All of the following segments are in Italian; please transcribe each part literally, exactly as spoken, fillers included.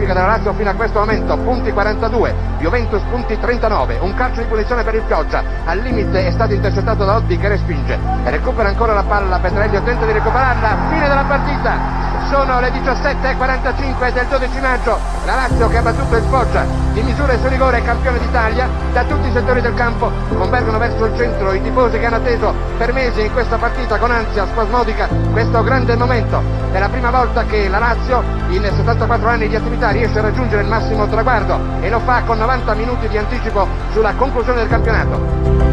classifica della Lazio fino a questo momento, punti quarantadue, Juventus punti trentanove, un calcio di punizione per il Chioggia, al limite è stato intercettato da Oddi che respinge e recupera ancora la palla, Petrelli tenta di recuperarla, fine della partita. Sono le diciassette e quarantacinque del dodici maggio, la Lazio che ha battuto il Foggia di misure su rigore, campione d'Italia. Da tutti i settori del campo convergono verso il centro i tifosi che hanno atteso per mesi in questa partita con ansia spasmodica questo grande momento. È la prima volta che la Lazio in settantaquattro anni di attività riesce a raggiungere il massimo traguardo e lo fa con novanta minuti di anticipo sulla conclusione del campionato.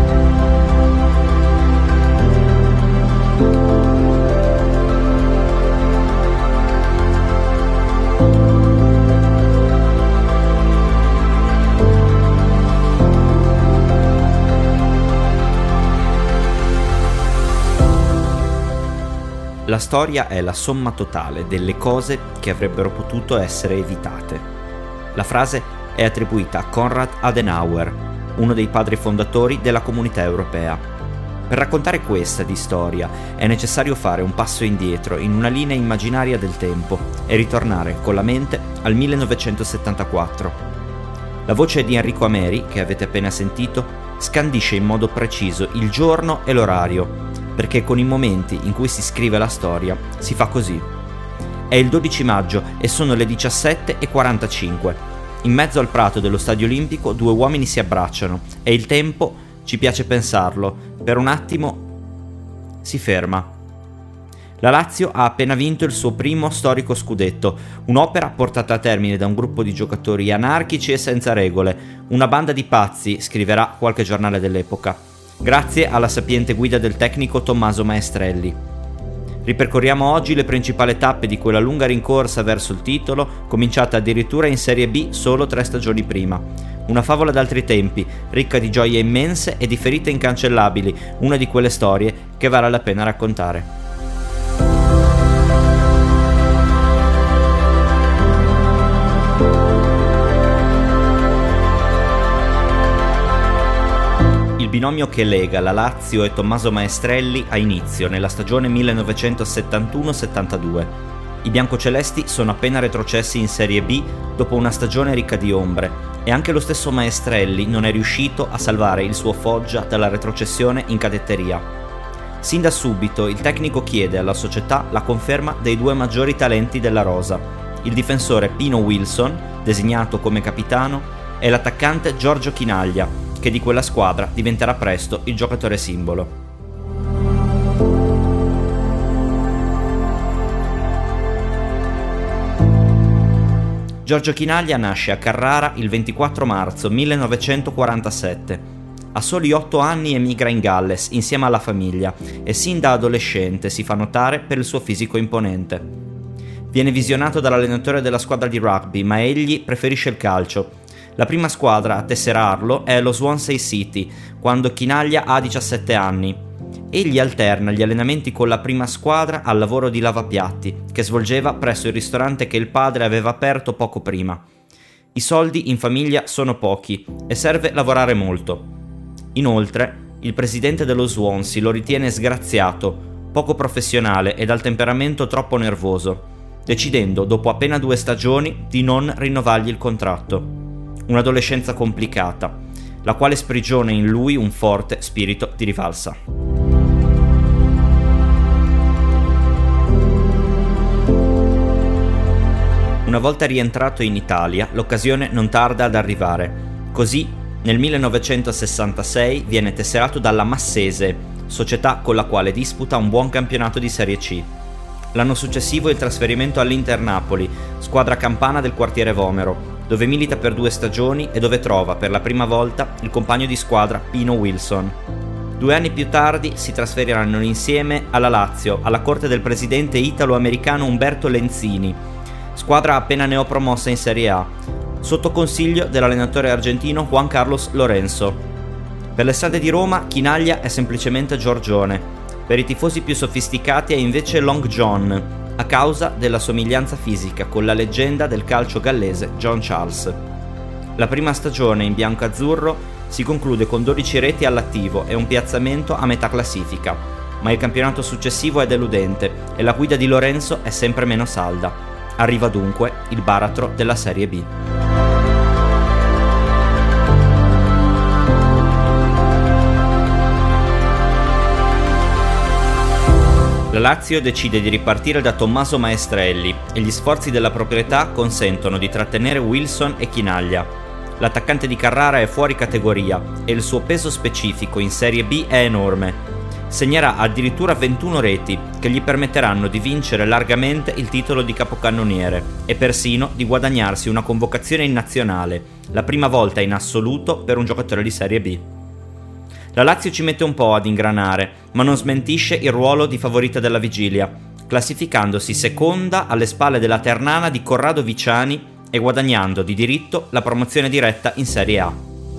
La storia è la somma totale delle cose che avrebbero potuto essere evitate. La frase è attribuita a Konrad Adenauer, uno dei padri fondatori della Comunità Europea. Per raccontare questa di storia è necessario fare un passo indietro in una linea immaginaria del tempo e ritornare con la mente al millenovecentosettantaquattro. La voce di Enrico Ameri, che avete appena sentito, scandisce in modo preciso il giorno e l'orario, perché con i momenti in cui si scrive la storia si fa così. È il dodici maggio e sono le diciassette e quarantacinque. In mezzo al prato dello Stadio Olimpico due uomini si abbracciano e il tempo, ci piace pensarlo, per un attimo si ferma. La Lazio ha appena vinto il suo primo storico scudetto, un'opera portata a termine da un gruppo di giocatori anarchici e senza regole, una banda di pazzi, scriverà qualche giornale dell'epoca. Grazie alla sapiente guida del tecnico Tommaso Maestrelli. Ripercorriamo oggi le principali tappe di quella lunga rincorsa verso il titolo, cominciata addirittura in Serie B solo tre stagioni prima. Una favola d'altri tempi, ricca di gioie immense e di ferite incancellabili, una di quelle storie che vale la pena raccontare. Il binomio che lega la Lazio e Tommaso Maestrelli ha inizio nella stagione millenovecentosettantuno settantadue. I biancocelesti sono appena retrocessi in Serie B dopo una stagione ricca di ombre e anche lo stesso Maestrelli non è riuscito a salvare il suo Foggia dalla retrocessione in cadetteria. Sin da subito il tecnico chiede alla società la conferma dei due maggiori talenti della rosa, il difensore Pino Wilson, designato come capitano, e l'attaccante Giorgio Chinaglia, che di quella squadra diventerà presto il giocatore simbolo. Giorgio Chinaglia nasce a Carrara il ventiquattro marzo millenovecentoquarantasette. A soli otto anni emigra in Galles insieme alla famiglia e sin da adolescente si fa notare per il suo fisico imponente. Viene visionato dall'allenatore della squadra di rugby, ma egli preferisce il calcio. La prima squadra a tesserarlo è lo Swansea City, quando Chinaglia ha diciassette anni. Egli alterna gli allenamenti con la prima squadra al lavoro di lavapiatti, che svolgeva presso il ristorante che il padre aveva aperto poco prima. I soldi in famiglia sono pochi e serve lavorare molto. Inoltre, il presidente dello Swansea lo ritiene sgraziato, poco professionale e dal temperamento troppo nervoso, decidendo dopo appena due stagioni di non rinnovargli il contratto. Un'adolescenza complicata, la quale sprigiona in lui un forte spirito di rivalsa. Una volta rientrato in Italia, l'occasione non tarda ad arrivare. Così, nel millenovecentosessantasei viene tesserato dalla Massese, società con la quale disputa un buon campionato di Serie C. L'anno successivo il trasferimento all'Inter Napoli, squadra campana del quartiere Vomero, dove milita per due stagioni e dove trova per la prima volta il compagno di squadra Pino Wilson. Due anni più tardi si trasferiranno insieme alla Lazio, alla corte del presidente italo-americano Umberto Lenzini, squadra appena neopromossa in Serie A, sotto consiglio dell'allenatore argentino Juan Carlos Lorenzo. Per le strade di Roma Chinaglia è semplicemente Giorgione, per i tifosi più sofisticati è invece Long John, a causa della somiglianza fisica con la leggenda del calcio gallese John Charles. La prima stagione in bianco-azzurro si conclude con dodici reti all'attivo e un piazzamento a metà classifica, ma il campionato successivo è deludente e la guida di Lorenzo è sempre meno salda. Arriva dunque il baratro della Serie B. La Lazio decide di ripartire da Tommaso Maestrelli e gli sforzi della proprietà consentono di trattenere Wilson e Chinaglia. L'attaccante di Carrara è fuori categoria e il suo peso specifico in Serie B è enorme. Segnerà addirittura ventuno reti che gli permetteranno di vincere largamente il titolo di capocannoniere e persino di guadagnarsi una convocazione in nazionale, la prima volta in assoluto per un giocatore di Serie B. La Lazio ci mette un po' ad ingranare, ma non smentisce il ruolo di favorita della vigilia, classificandosi seconda alle spalle della Ternana di Corrado Viciani e guadagnando di diritto la promozione diretta in Serie A.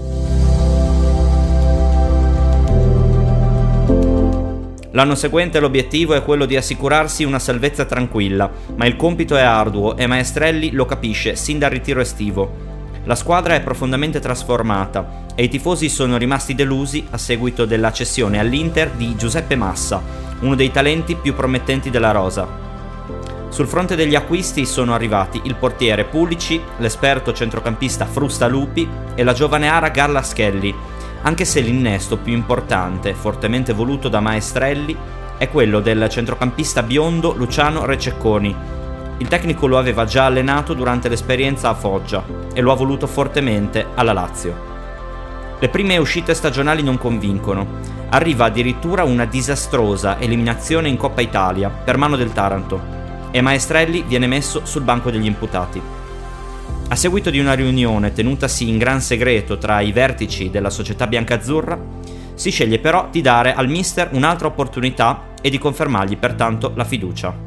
L'anno seguente l'obiettivo è quello di assicurarsi una salvezza tranquilla, ma il compito è arduo e Maestrelli lo capisce sin dal ritiro estivo. La squadra è profondamente trasformata e i tifosi sono rimasti delusi a seguito della cessione all'Inter di Giuseppe Massa, uno dei talenti più promettenti della rosa. Sul fronte degli acquisti sono arrivati il portiere Pulici, l'esperto centrocampista Frustalupi e la giovane ara Garlaschelli, anche se l'innesto più importante, fortemente voluto da Maestrelli, è quello del centrocampista biondo Luciano Rececconi. Il tecnico lo aveva già allenato durante l'esperienza a Foggia e lo ha voluto fortemente alla Lazio. Le prime uscite stagionali non convincono. Arriva addirittura una disastrosa eliminazione in Coppa Italia per mano del Taranto e Maestrelli viene messo sul banco degli imputati. A seguito di una riunione tenutasi in gran segreto tra i vertici della società biancazzurra, si sceglie però di dare al mister un'altra opportunità e di confermargli pertanto la fiducia.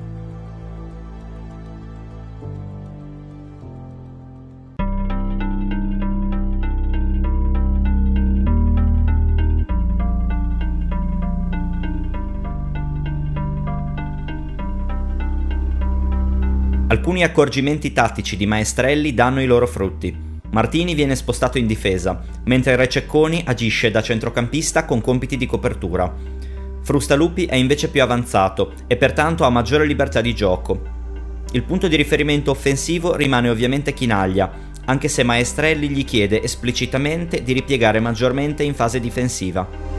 Alcuni accorgimenti tattici di Maestrelli danno i loro frutti. Martini viene spostato in difesa, mentre Rececconi agisce da centrocampista con compiti di copertura. Frustalupi è invece più avanzato e pertanto ha maggiore libertà di gioco. Il punto di riferimento offensivo rimane ovviamente Chinaglia, anche se Maestrelli gli chiede esplicitamente di ripiegare maggiormente in fase difensiva.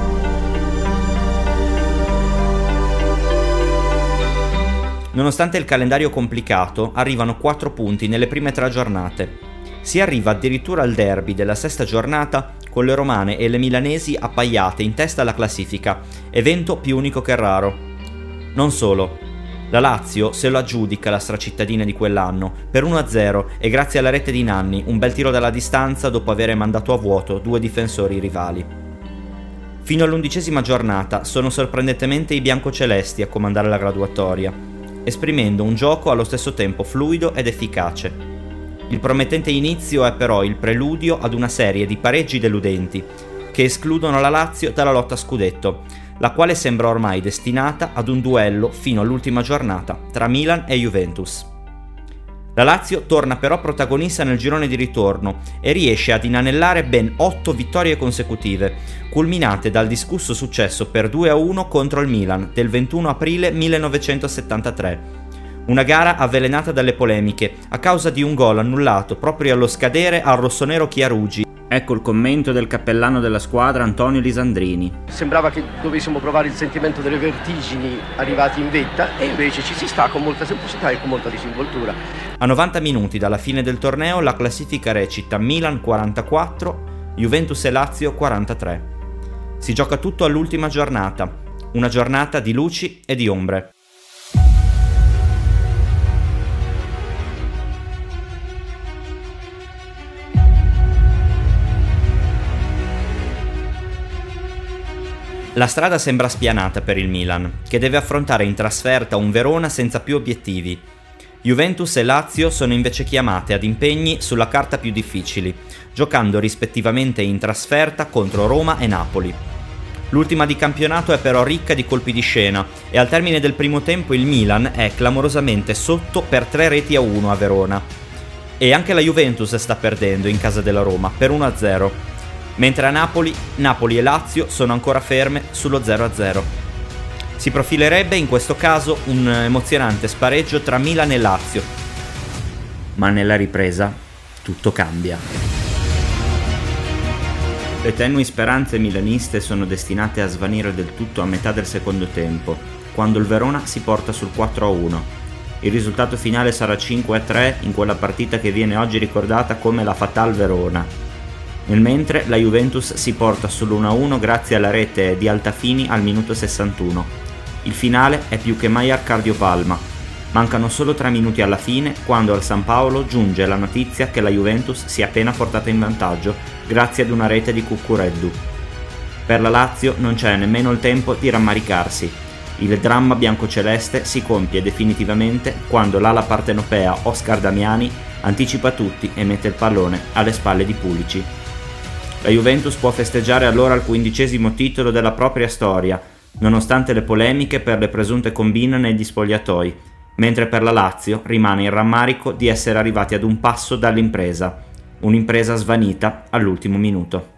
Nonostante il calendario complicato, arrivano quattro punti nelle prime tre giornate. Si arriva addirittura al derby della sesta giornata con le romane e le milanesi appaiate in testa alla classifica, evento più unico che raro. Non solo, la Lazio se lo aggiudica la stracittadina di quell'anno per uno a zero e grazie alla rete di Nanni, un bel tiro dalla distanza dopo aver mandato a vuoto due difensori rivali. Fino all'undicesima giornata sono sorprendentemente i biancocelesti a comandare la graduatoria, esprimendo un gioco allo stesso tempo fluido ed efficace. Il promettente inizio è però il preludio ad una serie di pareggi deludenti che escludono la Lazio dalla lotta a scudetto, la quale sembra ormai destinata ad un duello fino all'ultima giornata tra Milan e Juventus. La Lazio torna però protagonista nel girone di ritorno e riesce ad inanellare ben otto vittorie consecutive, culminate dal discusso successo per due a uno contro il Milan del ventuno aprile millenovecentosettantatré. Una gara avvelenata dalle polemiche a causa di un gol annullato proprio allo scadere al rossonero Chiarugi. Ecco il commento del cappellano della squadra Antonio Lisandrini. Sembrava che dovessimo provare il sentimento delle vertigini arrivati in vetta e invece ci si sta con molta semplicità e con molta disinvoltura. A novanta minuti dalla fine del torneo la classifica recita Milan quarantaquattro, Juventus e Lazio quarantatré. Si gioca tutto all'ultima giornata, una giornata di luci e di ombre. La strada sembra spianata per il Milan, che deve affrontare in trasferta un Verona senza più obiettivi. Juventus e Lazio sono invece chiamate ad impegni sulla carta più difficili, giocando rispettivamente in trasferta contro Roma e Napoli. L'ultima di campionato è però ricca di colpi di scena e al termine del primo tempo il Milan è clamorosamente sotto per tre reti a uno a Verona. E anche la Juventus sta perdendo in casa della Roma per uno a zero. Mentre a Napoli, Napoli e Lazio sono ancora ferme sullo zero a zero. Si profilerebbe in questo caso un emozionante spareggio tra Milan e Lazio, ma nella ripresa tutto cambia. Le tenui speranze milaniste sono destinate a svanire del tutto a metà del secondo tempo, quando il Verona si porta sul quattro a uno. Il risultato finale sarà cinque a tre in quella partita che viene oggi ricordata come la Fatal Verona. Nel mentre la Juventus si porta sull'uno a uno grazie alla rete di Altafini al minuto sessantuno. Il finale è più che mai al cardiopalma. Mancano solo tre minuti alla fine quando al San Paolo giunge la notizia che la Juventus si è appena portata in vantaggio grazie ad una rete di Cuccureddu. Per la Lazio non c'è nemmeno il tempo di rammaricarsi. Il dramma biancoceleste si compie definitivamente quando l'ala partenopea Oscar Damiani anticipa tutti e mette il pallone alle spalle di Pulici. La Juventus può festeggiare allora il quindicesimo titolo della propria storia, nonostante le polemiche per le presunte combine negli spogliatoi, mentre per la Lazio rimane il rammarico di essere arrivati ad un passo dall'impresa, un'impresa svanita all'ultimo minuto.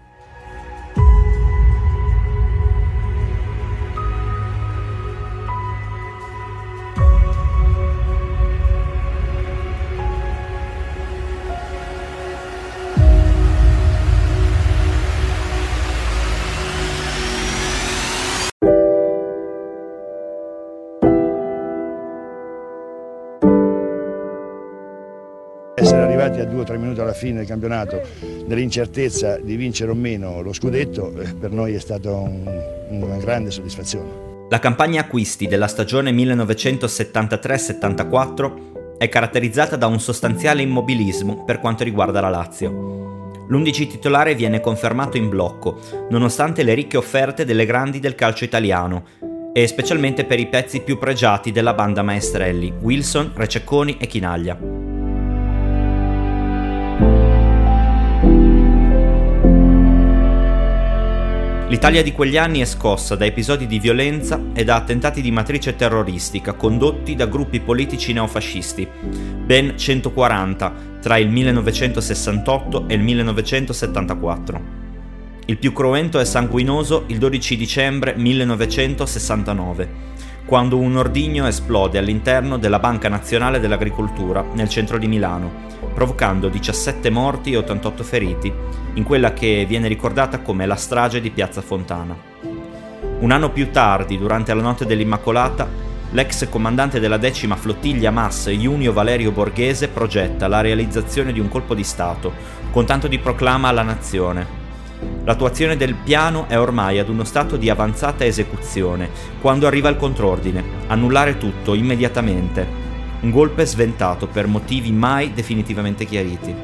Essere arrivati a due o tre minuti alla fine del campionato, nell'incertezza di vincere o meno lo scudetto, per noi è stata un, una grande soddisfazione. La campagna acquisti della stagione millenovecentosettantatré settantaquattro è caratterizzata da un sostanziale immobilismo per quanto riguarda la Lazio. L'undici titolare viene confermato in blocco, nonostante le ricche offerte delle grandi del calcio italiano, e specialmente per i pezzi più pregiati della banda maestrelli, Wilson, Rececconi e Chinaglia. L'Italia di quegli anni è scossa da episodi di violenza e da attentati di matrice terroristica condotti da gruppi politici neofascisti, ben centoquaranta tra il millenovecentosessantotto e il millenovecentosettantaquattro. Il più cruento e sanguinoso il dodici dicembre millenovecentosessantanove, quando un ordigno esplode all'interno della Banca Nazionale dell'Agricoltura nel centro di Milano, provocando diciassette morti e ottantotto feriti, in quella che viene ricordata come la strage di Piazza Fontana. Un anno più tardi, durante la notte dell'Immacolata, l'ex comandante della decima flottiglia M A S Junio Valerio Borghese progetta la realizzazione di un colpo di Stato, con tanto di proclama alla nazione. L'attuazione del piano è ormai ad uno stato di avanzata esecuzione, quando arriva il contrordine: annullare tutto, immediatamente. Un golpe sventato per motivi mai definitivamente chiariti.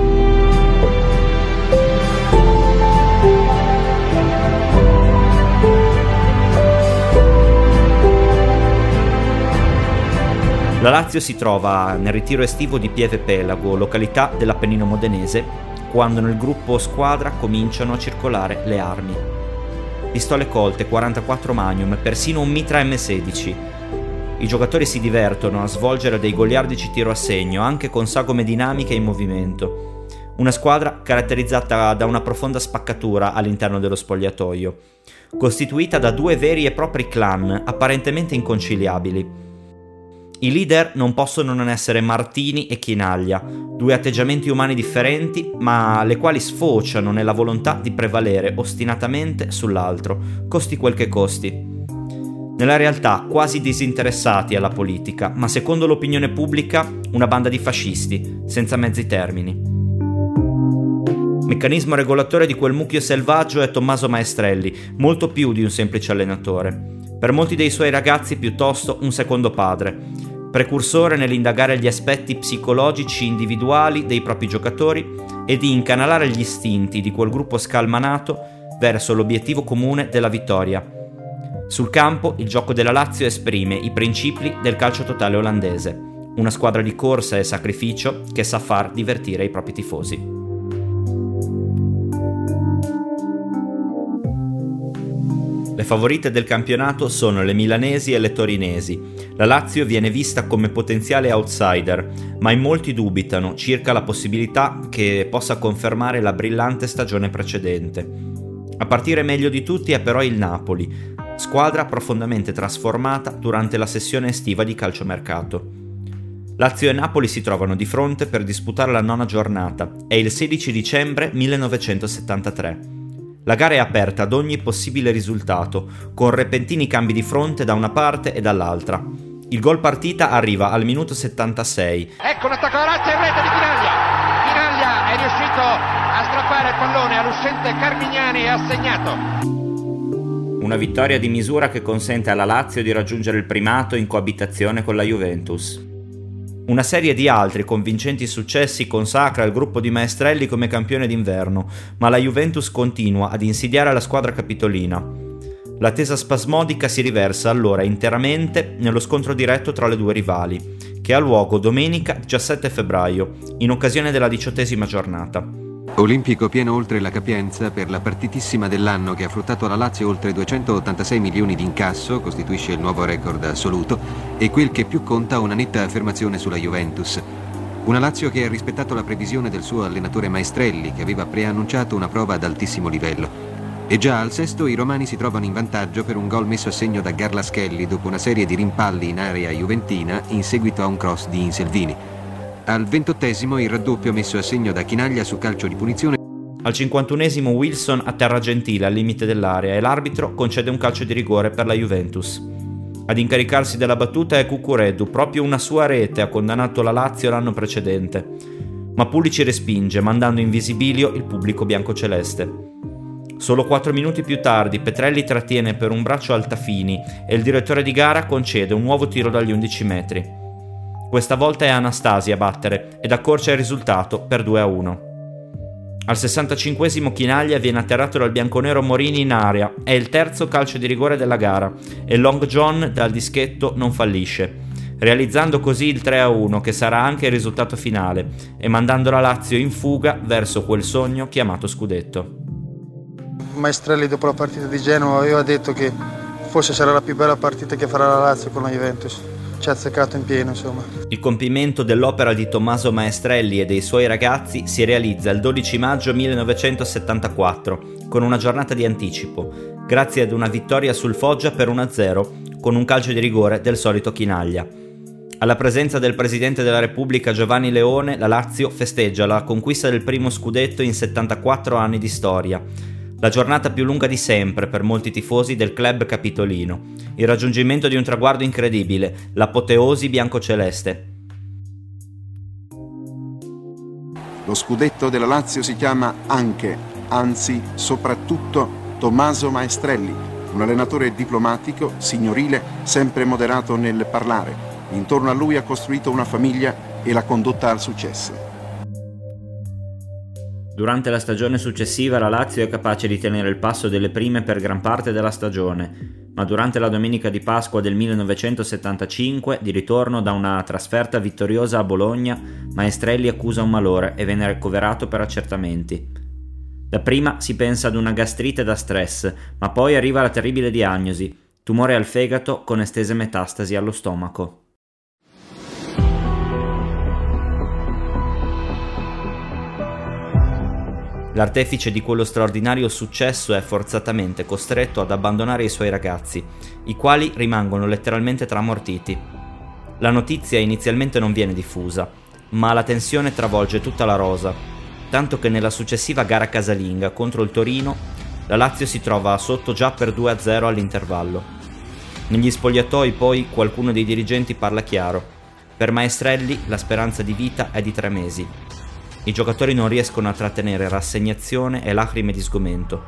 La Lazio si trova nel ritiro estivo di Pieve Pelago, località dell'Appennino modenese, quando nel gruppo squadra cominciano a circolare le armi. Pistole colte, quarantaquattro Magnum, persino un Mitra emme sedici. I giocatori si divertono a svolgere dei goliardici tiro a segno, anche con sagome dinamiche in movimento. Una squadra caratterizzata da una profonda spaccatura all'interno dello spogliatoio, costituita da due veri e propri clan apparentemente inconciliabili. I leader non possono non essere Martini e Chinaglia, due atteggiamenti umani differenti, ma le quali sfociano nella volontà di prevalere ostinatamente sull'altro, costi quel che costi. Nella realtà quasi disinteressati alla politica, ma secondo l'opinione pubblica una banda di fascisti, senza mezzi termini. Meccanismo regolatore di quel mucchio selvaggio è Tommaso Maestrelli, molto più di un semplice allenatore. Per molti dei suoi ragazzi piuttosto un secondo padre, precursore nell'indagare gli aspetti psicologici individuali dei propri giocatori e di incanalare gli istinti di quel gruppo scalmanato verso l'obiettivo comune della vittoria. Sul campo il gioco della Lazio esprime i principi del calcio totale olandese, una squadra di corsa e sacrificio che sa far divertire i propri tifosi. Le favorite del campionato sono le milanesi e le torinesi. La Lazio viene vista come potenziale outsider, ma in molti dubitano circa la possibilità che possa confermare la brillante stagione precedente. A partire meglio di tutti è però il Napoli, squadra profondamente trasformata durante la sessione estiva di calciomercato. Lazio e Napoli si trovano di fronte per disputare la nona giornata. È il sedici dicembre millenovecentosettantatré. La gara è aperta ad ogni possibile risultato, con repentini cambi di fronte da una parte e dall'altra. Il gol partita arriva al minuto settantasei. Ecco un attacco a Lazio in rete di Chinaglia. Chinaglia è riuscito a strappare il pallone all'uscente Carmignani e ha segnato. Una vittoria di misura che consente alla Lazio di raggiungere il primato in coabitazione con la Juventus. Una serie di altri convincenti successi consacra il gruppo di Maestrelli come campione d'inverno, ma la Juventus continua ad insidiare la squadra capitolina. L'attesa spasmodica si riversa allora interamente nello scontro diretto tra le due rivali, che ha luogo domenica diciassette febbraio, in occasione della diciottesima giornata. Olimpico pieno oltre la capienza per la partitissima dell'anno che ha fruttato alla Lazio oltre duecentottantasei milioni di incasso, costituisce il nuovo record assoluto, e quel che più conta una netta affermazione sulla Juventus. Una Lazio che ha rispettato la previsione del suo allenatore Maestrelli, che aveva preannunciato una prova ad altissimo livello. E già al sesto i romani si trovano in vantaggio per un gol messo a segno da Garlaschelli dopo una serie di rimpalli in area juventina in seguito a un cross di Inselvini. Al ventottesimo il raddoppio messo a segno da Chinaglia su calcio di punizione. Al cinquantunesimo Wilson a terra gentile al limite dell'area e l'arbitro concede un calcio di rigore per la Juventus. Ad incaricarsi della battuta è Cucureddu, proprio una sua rete ha condannato la Lazio l'anno precedente. Ma Pulici respinge, mandando in visibilio il pubblico biancoceleste. Solo quattro minuti più tardi Petrelli trattiene per un braccio Altafini e il direttore di gara concede un nuovo tiro dagli undici metri. Questa volta è Anastasi a battere ed accorcia il risultato per due a uno. Al sessantacinquesimo Chinaglia viene atterrato dal bianconero Morini in area, è il terzo calcio di rigore della gara e Long John dal dischetto non fallisce, realizzando così il tre a uno che sarà anche il risultato finale e mandando la Lazio in fuga verso quel sogno chiamato scudetto. Maestrelli dopo la partita di Genova aveva detto che forse sarà la più bella partita che farà la Lazio con la Juventus. Ci ha azzeccato in pieno, insomma. Il compimento dell'opera di Tommaso Maestrelli e dei suoi ragazzi si realizza il dodici maggio millenovecentosettantaquattro, con una giornata di anticipo, grazie ad una vittoria sul Foggia per uno a zero, con un calcio di rigore del solito Chinaglia. Alla presenza del Presidente della Repubblica Giovanni Leone, la Lazio festeggia la conquista del primo scudetto in settantaquattro anni di storia. La giornata più lunga di sempre per molti tifosi del club capitolino. Il raggiungimento di un traguardo incredibile, l'apoteosi biancoceleste. Lo scudetto della Lazio si chiama anche, anzi soprattutto, Tommaso Maestrelli, un allenatore diplomatico, signorile, sempre moderato nel parlare. Intorno a lui ha costruito una famiglia e l'ha condotta al successo. Durante la stagione successiva la Lazio è capace di tenere il passo delle prime per gran parte della stagione, ma durante la domenica di Pasqua del millenovecentosettantacinque, di ritorno da una trasferta vittoriosa a Bologna, Maestrelli accusa un malore e viene ricoverato per accertamenti. Dapprima si pensa ad una gastrite da stress, ma poi arriva la terribile diagnosi: tumore al fegato con estese metastasi allo stomaco. L'artefice di quello straordinario successo è forzatamente costretto ad abbandonare i suoi ragazzi, i quali rimangono letteralmente tramortiti. La notizia inizialmente non viene diffusa, ma la tensione travolge tutta la rosa, tanto che nella successiva gara casalinga contro il Torino la Lazio si trova sotto già per due a zero all'intervallo. Negli spogliatoi poi qualcuno dei dirigenti parla chiaro. Per Maestrelli la speranza di vita è di tre mesi. I giocatori non riescono a trattenere rassegnazione e lacrime di sgomento.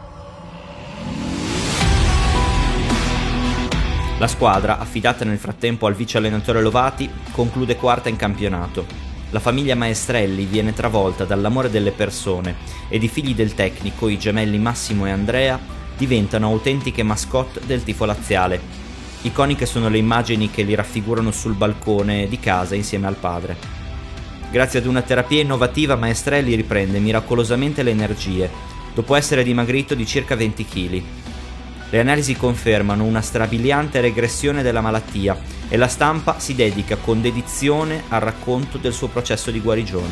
La squadra, affidata nel frattempo al vice allenatore Lovati, conclude quarta in campionato. La famiglia Maestrelli viene travolta dall'amore delle persone ed i figli del tecnico, i gemelli Massimo e Andrea, diventano autentiche mascotte del tifo laziale. Iconiche sono le immagini che li raffigurano sul balcone di casa insieme al padre. Grazie ad una terapia innovativa Maestrelli riprende miracolosamente le energie, dopo essere dimagrito di circa venti chili. Le analisi confermano una strabiliante regressione della malattia e la stampa si dedica con dedizione al racconto del suo processo di guarigione.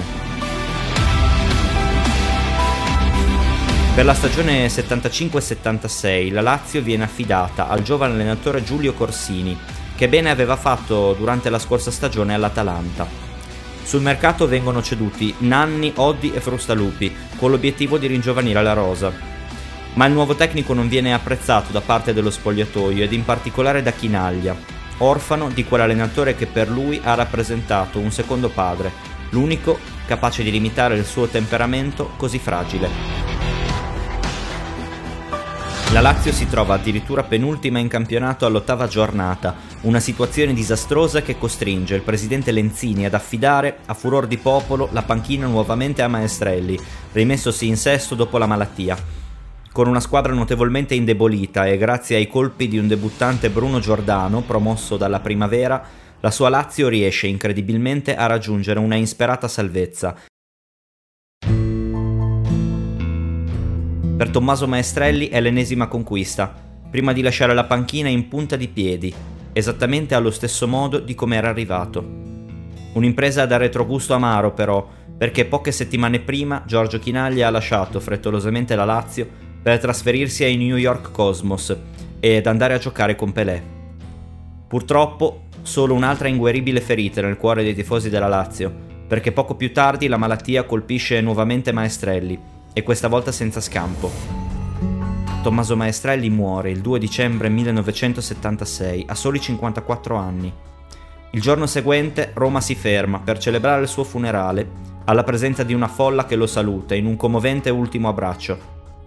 Per la stagione settantacinque settantasei la Lazio viene affidata al giovane allenatore Giulio Corsini, che bene aveva fatto durante la scorsa stagione all'Atalanta. Sul mercato vengono ceduti Nanni, Oddi e Frustalupi, con l'obiettivo di ringiovanire la rosa. Ma il nuovo tecnico non viene apprezzato da parte dello spogliatoio ed in particolare da Chinaglia, orfano di quell'allenatore che per lui ha rappresentato un secondo padre, l'unico capace di limitare il suo temperamento così fragile. La Lazio si trova addirittura penultima in campionato all'ottava giornata, una situazione disastrosa che costringe il presidente Lenzini ad affidare, a furor di popolo, la panchina nuovamente a Maestrelli, rimessosi in sesto dopo la malattia. Con una squadra notevolmente indebolita e grazie ai colpi di un debuttante Bruno Giordano, promosso dalla Primavera, la sua Lazio riesce incredibilmente a raggiungere una insperata salvezza. Per Tommaso Maestrelli è l'ennesima conquista, prima di lasciare la panchina in punta di piedi, esattamente allo stesso modo di come era arrivato. Un'impresa da retrogusto amaro però, perché poche settimane prima Giorgio Chinaglia ha lasciato frettolosamente la Lazio per trasferirsi ai New York Cosmos ed andare a giocare con Pelé. Purtroppo, solo un'altra inguaribile ferita nel cuore dei tifosi della Lazio, perché poco più tardi la malattia colpisce nuovamente Maestrelli, e questa volta senza scampo. Tommaso Maestrelli muore il due dicembre millenovecentosettantasei, a soli cinquantaquattro anni. Il giorno seguente Roma si ferma per celebrare il suo funerale, alla presenza di una folla che lo saluta in un commovente ultimo abbraccio.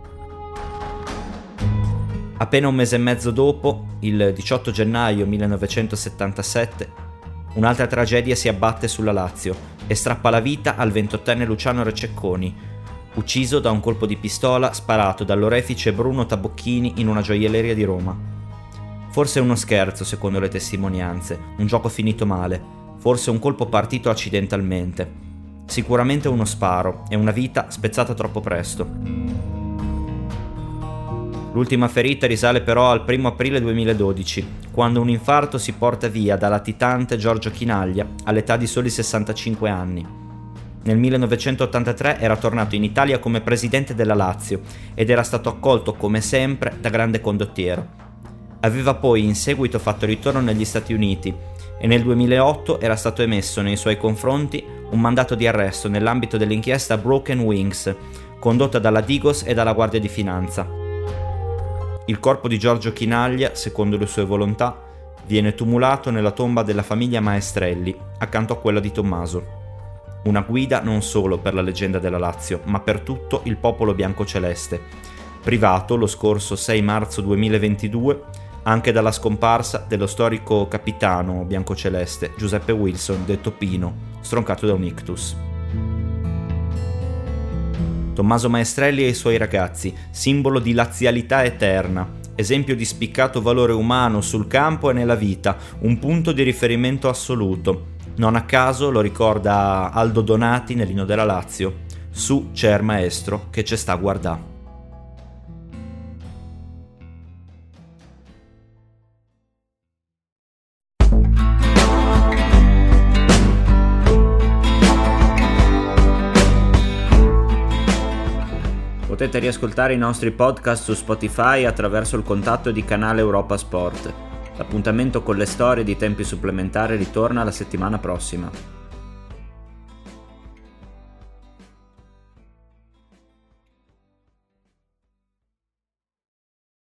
Appena un mese e mezzo dopo, il diciotto gennaio millenovecentosettantasette, un'altra tragedia si abbatte sulla Lazio e strappa la vita al ventottenne Luciano Rececconi, ucciso da un colpo di pistola sparato dall'orefice Bruno Tabocchini in una gioielleria di Roma. Forse uno scherzo, secondo le testimonianze, un gioco finito male, forse un colpo partito accidentalmente, sicuramente uno sparo e una vita spezzata troppo presto. L'ultima ferita risale però al primo aprile duemiladodici, quando un infarto si porta via da latitante Giorgio Chinaglia all'età di soli sessantacinque anni. Nel millenovecentottantatré era tornato in Italia come presidente della Lazio ed era stato accolto come sempre da grande condottiero. Aveva poi in seguito fatto ritorno negli Stati Uniti e nel duemilaotto era stato emesso nei suoi confronti un mandato di arresto nell'ambito dell'inchiesta Broken Wings, condotta dalla Digos e dalla Guardia di Finanza. Il corpo di Giorgio Chinaglia, secondo le sue volontà, viene tumulato nella tomba della famiglia Maestrelli, accanto a quella di Tommaso. Una guida non solo per la leggenda della Lazio, ma per tutto il popolo biancoceleste, privato lo scorso sei marzo duemilaventidue anche dalla scomparsa dello storico capitano biancoceleste Giuseppe Wilson, detto Pino, stroncato da un ictus. Tommaso Maestrelli e i suoi ragazzi, simbolo di lazialità eterna, esempio di spiccato valore umano sul campo e nella vita, un punto di riferimento assoluto. Non a caso lo ricorda Aldo Donati nell'inno della Lazio: su c'è il maestro che ce sta a guardà. Potete riascoltare i nostri podcast su Spotify attraverso il contatto di Canale Europa Sport. L'appuntamento con le storie di Tempi Supplementari ritorna la settimana prossima.